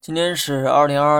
今天是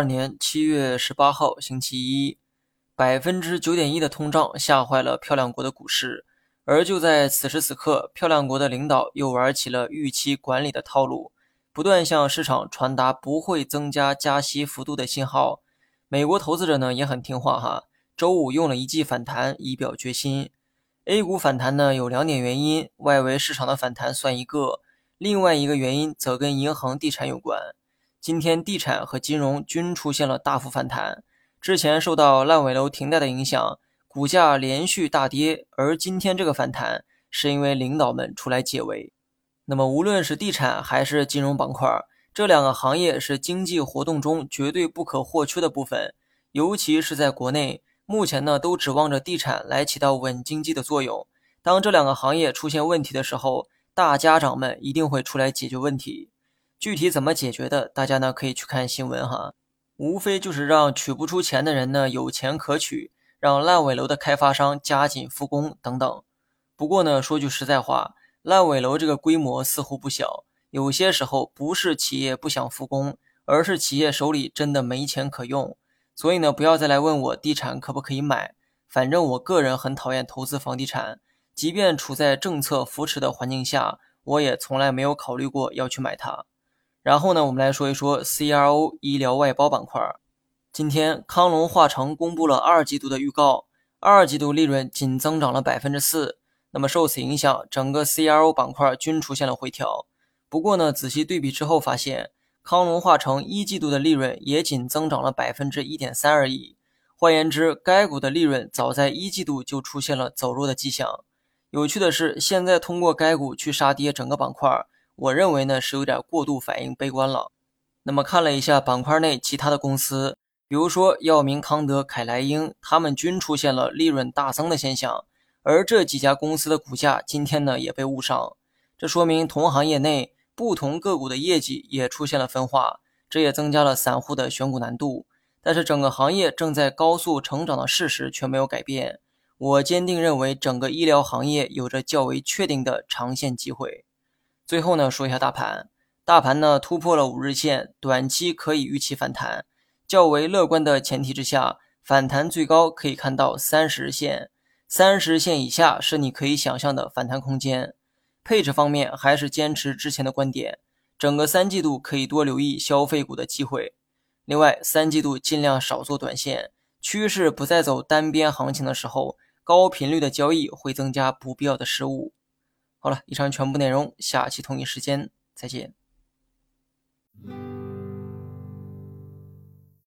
2022年7月18号，星期一。9.1%的通胀吓坏了漂亮国的股市，而就在此时此刻，漂亮国的领导又玩起了预期管理的套路，不断向市场传达不会增加加息幅度的信号。美国投资者呢也很听话哈，周五用了一记反弹以表决心。A 股反弹呢有2点原因，外围市场的反弹算一个，另外一个原因则跟银行地产有关。今天地产和金融均出现了大幅反弹，之前受到烂尾楼停贷的影响，股价连续大跌，而今天这个反弹是因为领导们出来解围。那么无论是地产还是金融板块，这两个行业是经济活动中绝对不可或缺的部分，尤其是在国内，目前呢都指望着地产来起到稳经济的作用。当这两个行业出现问题的时候，大家长们一定会出来解决问题。具体怎么解决的，大家呢可以去看新闻哈，无非就是让取不出钱的人呢有钱可取，让烂尾楼的开发商加紧复工等等。不过呢，说句实在话，烂尾楼这个规模似乎不小，有些时候不是企业不想复工，而是企业手里真的没钱可用。所以呢，不要再来问我地产可不可以买，反正我个人很讨厌投资房地产，即便处在政策扶持的环境下，我也从来没有考虑过要去买它。然后呢，我们来说一说 CRO 医疗外包板块。今天康龙化成公布了二季度的预告，二季度利润仅增长了 4%， 那么受此影响，整个 CRO 板块均出现了回调。不过呢，仔细对比之后发现，康龙化成一季度的利润也仅增长了 1.3% 而已。换言之，该股的利润早在一季度就出现了走弱的迹象。有趣的是，现在通过该股去杀跌整个板块，我认为呢是有点过度反应悲观了。那么看了一下板块内其他的公司，比如说药明康德、凯莱英，他们均出现了利润大增的现象，而这几家公司的股价今天呢也被误伤。这说明同行业内不同个股的业绩也出现了分化，这也增加了散户的选股难度。但是整个行业正在高速成长的事实却没有改变。我坚定认为整个医疗行业有着较为确定的长线机会。最后呢，说一下大盘。大盘呢突破了5日线，短期可以预期反弹。较为乐观的前提之下，反弹最高可以看到30日线，30日线以下是你可以想象的反弹空间。配置方面还是坚持之前的观点，整个3季度可以多留意消费股的机会。另外，3季度尽量少做短线，趋势不再走单边行情的时候，高频率的交易会增加不必要的失误。好了，以上全部内容，下期同一时间再见。